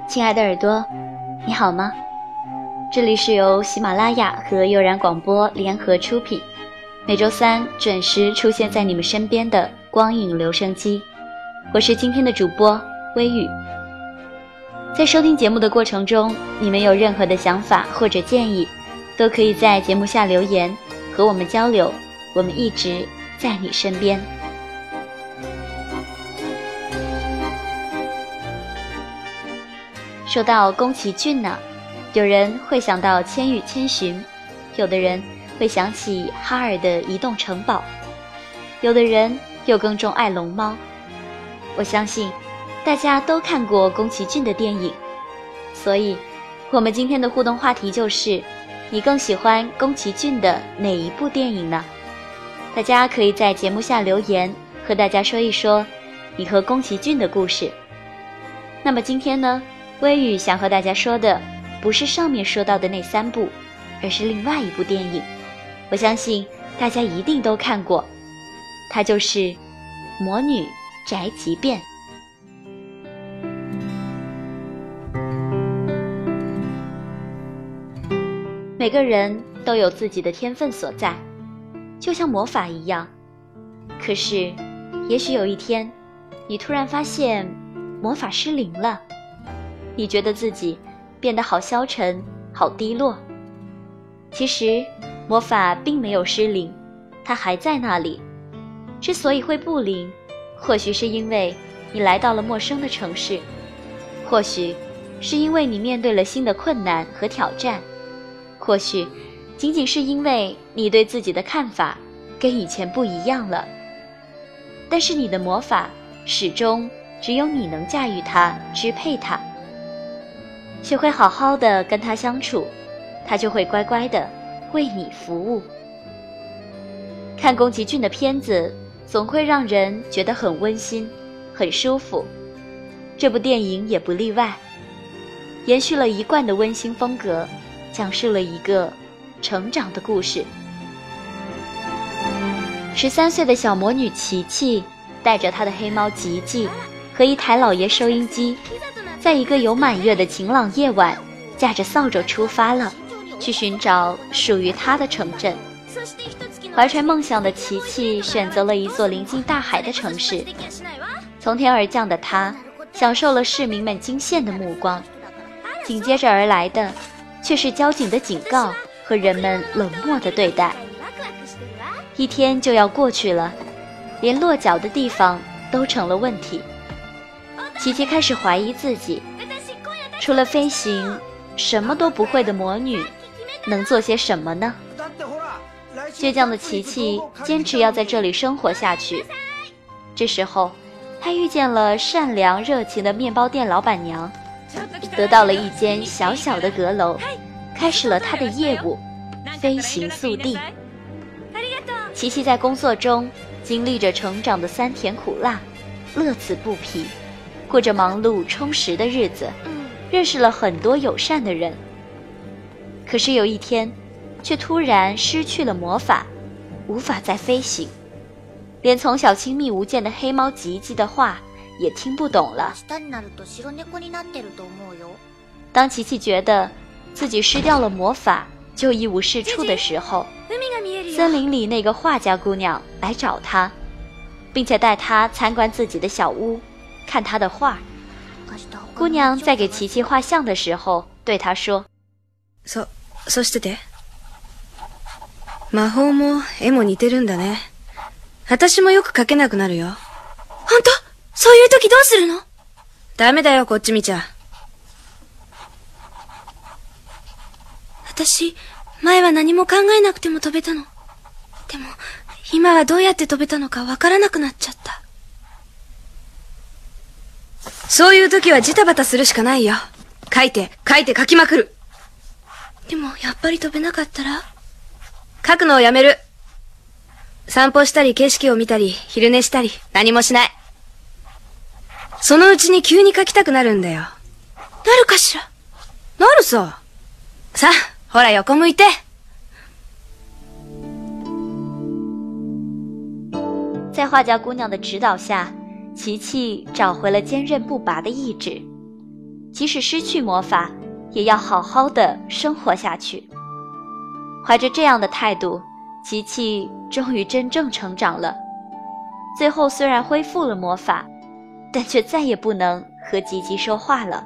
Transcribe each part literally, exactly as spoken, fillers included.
亲爱的耳朵，你好吗？这里是由喜马拉雅和悠然广播联合出品，每周三准时出现在你们身边的光影留声机。我是今天的主播微雨。在收听节目的过程中，你们有任何的想法或者建议，都可以在节目下留言和我们交流，我们一直在你身边。说到宫崎骏呢，有人会想到《千与千寻》，有的人会想起哈尔的移动城堡，有的人又更钟爱龙猫。我相信大家都看过宫崎骏的电影，所以我们今天的互动话题就是你更喜欢宫崎骏的哪一部电影呢？大家可以在节目下留言，和大家说一说你和宫崎骏的故事。那么今天呢，微雨想和大家说的不是上面说到的那三部，而是另外一部电影，我相信大家一定都看过，它就是《魔女宅急便》。每个人都有自己的天分所在，就像魔法一样。可是也许有一天你突然发现魔法失灵了，你觉得自己变得好消沉，好低落。其实魔法并没有失灵，它还在那里。之所以会不灵，或许是因为你来到了陌生的城市，或许是因为你面对了新的困难和挑战，或许仅仅是因为你对自己的看法跟以前不一样了。但是你的魔法始终只有你能驾驭它，支配它。学会好好的跟他相处，他就会乖乖的为你服务。看宫崎骏的片子总会让人觉得很温馨，很舒服，这部电影也不例外，延续了一贯的温馨风格，讲述了一个成长的故事。十三岁的小魔女琪琪带着她的黑猫吉吉和一台老爷收音机，在一个有满月的晴朗夜晚，驾着扫帚出发了，去寻找属于她的城镇。怀揣梦想的琪琪选择了一座临近大海的城市，从天而降的她享受了市民们惊羡的目光，紧接着而来的却是交警的警告和人们冷漠的对待。一天就要过去了，连落脚的地方都成了问题。琪琪开始怀疑自己，除了飞行，什么都不会的魔女能做些什么呢？倔强的琪琪坚持要在这里生活下去。这时候她遇见了善良热情的面包店老板娘，得到了一间小小的阁楼，开始了她的业务，飞行速递。琪琪在工作中经历着成长的酸甜苦辣，乐此不疲，过着忙碌充实的日子，认识了很多友善的人。可是有一天却突然失去了魔法，无法再飞行，连从小亲密无间的黑猫吉吉的话也听不懂了。当琪琪觉得自己失掉了魔法，就一无是处的时候，森林里那个画家姑娘来找她，并且带她参观自己的小屋，看她的画。姑娘在给琪琪画像的时候对她说， そ、そうしてて。魔法も絵も似てるんだね。私もよく描けなくなるよ。本当？そういう時どうするの？ダメだよ、こっち見ちゃ。私、前は何も考えなくても飛べたの。でも、今はどうやって飛べたのかわからなくなっちゃった。そういう時はジタバタするしかないよ。書いて、書いて書きまくる。でも、やっぱり飛べなかったら？書くのをやめる。散歩したり景色を見たり、昼寝したり、何もしない。そのうちに急に書きたくなるんだよ。なるかしら？なるさ。さあ、ほら横向いて。 在画家姑娘的指导下，琪琪找回了坚韧不拔的意志。 即使失去魔法，也要好好的生活下去。怀着这样的态度，琪琪终于真正成长了。最后虽然恢复了魔法，但却再也不能和吉吉说话了。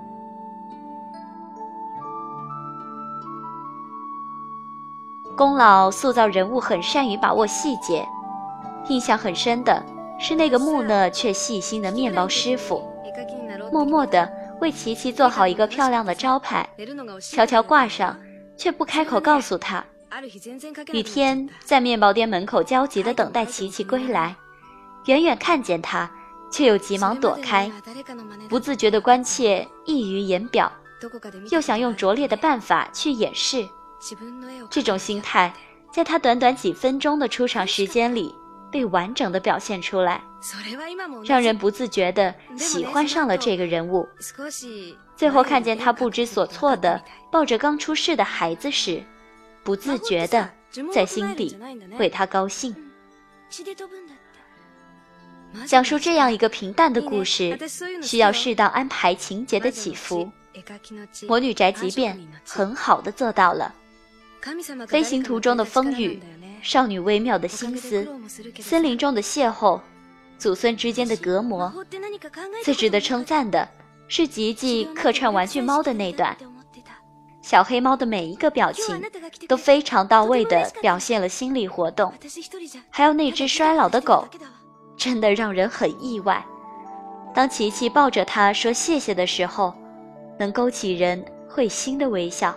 宫老塑造人物很善于把握细节，印象很深的是那个木讷却细心的面包师傅，默默地为琪琪做好一个漂亮的招牌，悄悄挂上，却不开口告诉他。雨天在面包店门口焦急地等待琪琪归来，远远看见他，却又急忙躲开，不自觉的关切溢于言表，又想用拙劣的办法去掩饰。这种心态在他短短几分钟的出场时间里被完整地表现出来，让人不自觉地喜欢上了这个人物。最后看见他不知所措地抱着刚出世的孩子时，不自觉地在心底为他高兴。讲述这样一个平淡的故事，需要适当安排情节的起伏。魔女宅急便很好地做到了。飞行途中的风雨，少女微妙的心思，森林中的邂逅，祖孙之间的隔膜。最值得称赞的是吉吉客串玩具猫的那段，小黑猫的每一个表情都非常到位地表现了心理活动，还有那只衰老的狗，真的让人很意外。当琪琪抱着它说谢谢的时候，能勾起人会心的微笑。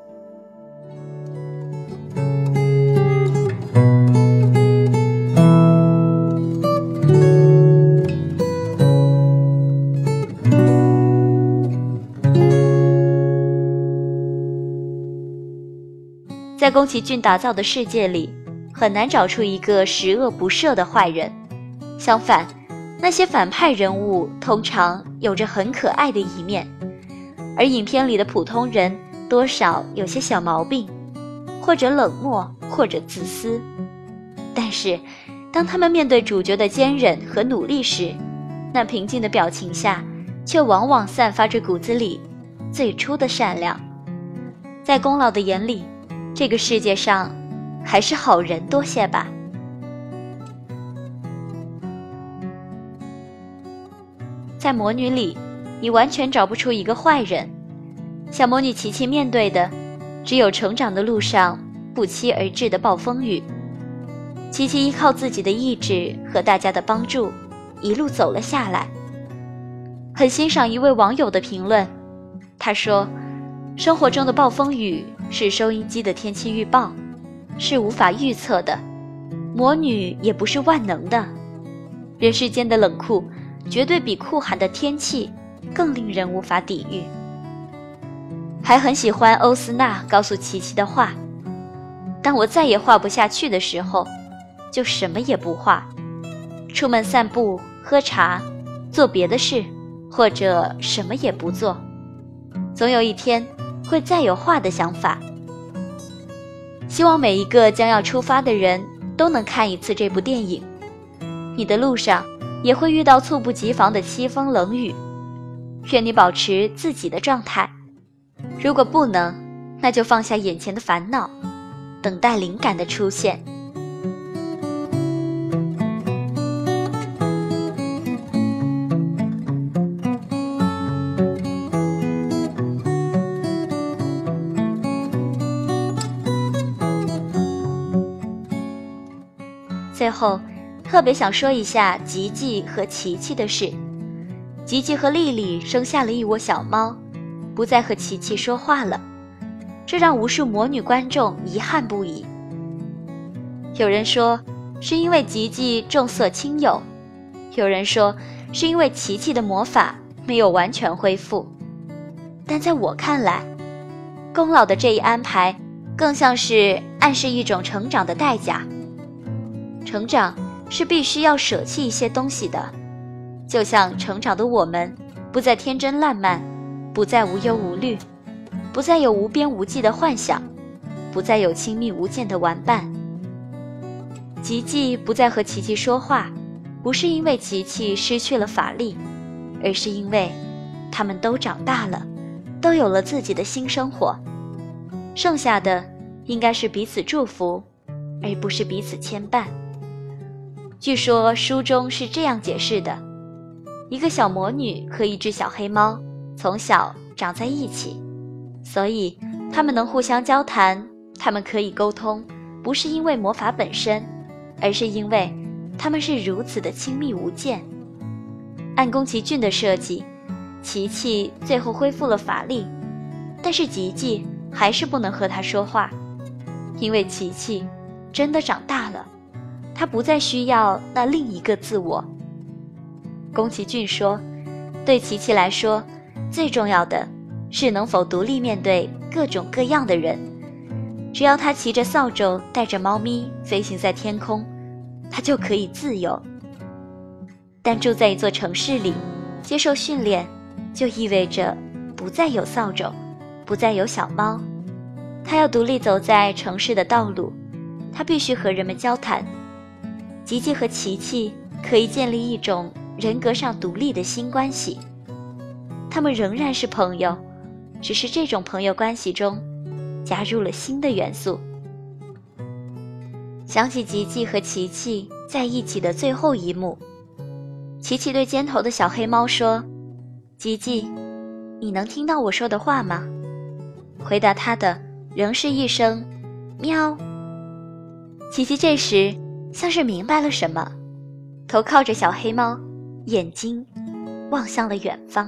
在宫崎骏打造的世界里，很难找出一个十恶不赦的坏人。相反，那些反派人物通常有着很可爱的一面，而影片里的普通人多少有些小毛病，或者冷漠，或者自私。但是，当他们面对主角的坚韧和努力时，那平静的表情下，却往往散发着骨子里最初的善良。在宫老的眼里，这个世界上还是好人多些吧。在魔女里，你完全找不出一个坏人。小魔女琪琪面对的只有成长的路上不期而至的暴风雨。琪琪依靠自己的意志和大家的帮助一路走了下来。很欣赏一位网友的评论，他说，生活中的暴风雨是收音机的天气预报，是无法预测的，魔女也不是万能的。人世间的冷酷绝对比酷寒的天气更令人无法抵御。还很喜欢欧丝娜告诉琪琪的话，当我再也画不下去的时候，就什么也不画，出门散步，喝茶，做别的事，或者什么也不做，总有一天会再有画的想法。希望每一个将要出发的人都能看一次这部电影。你的路上也会遇到猝不及防的凄风冷雨，愿你保持自己的状态。如果不能，那就放下眼前的烦恼，等待灵感的出现。最后，特别想说一下吉吉和琪琪的事。吉吉和丽丽生下了一窝小猫，不再和琪琪说话了，这让无数魔女观众遗憾不已。有人说是因为吉吉重色轻友，有人说是因为琪琪的魔法没有完全恢复，但在我看来，宫老的这一安排更像是暗示一种成长的代价。成长是必须要舍弃一些东西的，就像成长的我们不再天真烂漫，不再无忧无虑，不再有无边无际的幻想，不再有亲密无间的玩伴。吉吉不再和琪琪说话，不是因为琪琪失去了法力，而是因为他们都长大了，都有了自己的新生活，剩下的应该是彼此祝福，而不是彼此牵绊。据说书中是这样解释的：一个小魔女和一只小黑猫从小长在一起，所以他们能互相交谈，他们可以沟通，不是因为魔法本身，而是因为他们是如此的亲密无间。按宫崎骏的设计，琪琪最后恢复了法力，但是吉吉还是不能和他说话，因为琪琪真的长大了，他不再需要那另一个自我。宫崎骏说，对琪琪来说，最重要的是能否独立面对各种各样的人。只要他骑着扫帚，带着猫咪飞行在天空，他就可以自由。但住在一座城市里，接受训练，就意味着不再有扫帚，不再有小猫。他要独立走在城市的道路，他必须和人们交谈。吉吉和琪琪可以建立一种人格上独立的新关系，他们仍然是朋友，只是这种朋友关系中加入了新的元素。想起吉吉和琪琪在一起的最后一幕，琪琪对肩头的小黑猫说：吉吉，你能听到我说的话吗？回答他的仍是一声喵。琪琪这时像是明白了什么，头靠着小黑猫，眼睛望向了远方。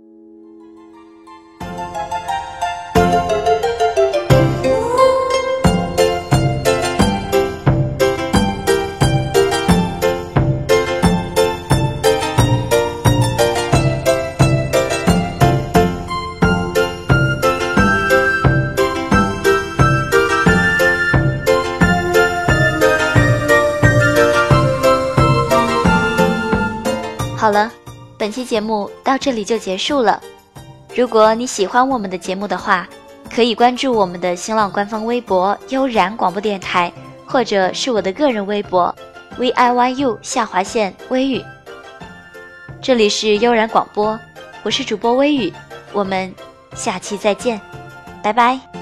好了，本期节目到这里就结束了。如果你喜欢我们的节目的话，可以关注我们的新浪官方微博悠然广播电台，或者是我的个人微博 V I Y U 下划线微语。这里是悠然广播，我是主播微语，我们下期再见，拜拜。